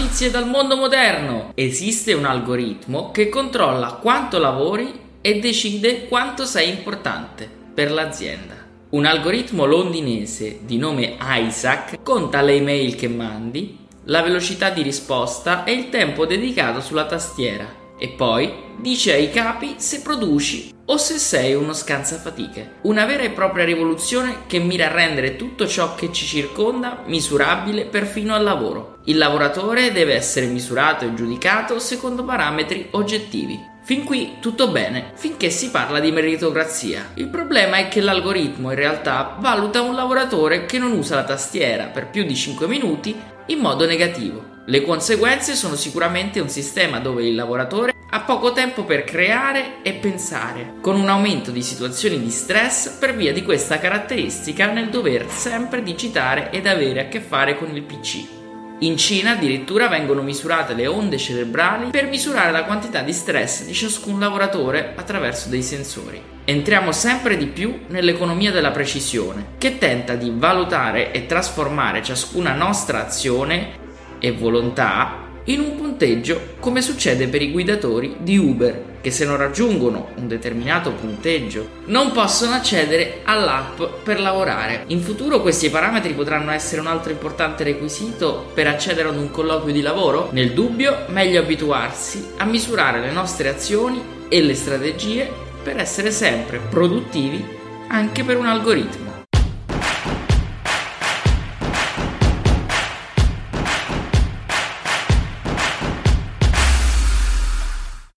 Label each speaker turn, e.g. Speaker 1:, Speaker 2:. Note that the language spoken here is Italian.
Speaker 1: Notizie dal mondo moderno! Esiste un algoritmo che controlla quanto lavori e decide quanto sei importante per l'azienda. Un algoritmo londinese di nome Isaac conta le email che mandi, la velocità di risposta e il tempo dedicato sulla tastiera e poi dice ai capi se produci o se sei uno scansafatiche. Una vera e propria rivoluzione che mira a rendere tutto ciò che ci circonda misurabile perfino al lavoro. Il lavoratore deve essere misurato e giudicato secondo parametri oggettivi. Fin qui tutto bene, finché si parla di meritocrazia. Il problema è che l'algoritmo in realtà valuta un lavoratore che non usa la tastiera per più di 5 minuti in modo negativo. Le conseguenze sono sicuramente un sistema dove il lavoratore ha poco tempo per creare e pensare, con un aumento di situazioni di stress per via di questa caratteristica nel dover sempre digitare ed avere a che fare con il PC. In Cina addirittura vengono misurate le onde cerebrali per misurare la quantità di stress di ciascun lavoratore attraverso dei sensori. Entriamo sempre di più nell'economia della precisione, che tenta di valutare e trasformare ciascuna nostra azione e volontà in un punteggio, come succede per i guidatori di Uber, che se non raggiungono un determinato punteggio non possono accedere all'app per lavorare. In futuro questi parametri potranno essere un altro importante requisito per accedere ad un colloquio di lavoro? Nel dubbio, meglio abituarsi a misurare le nostre azioni e le strategie per essere sempre produttivi anche per un algoritmo.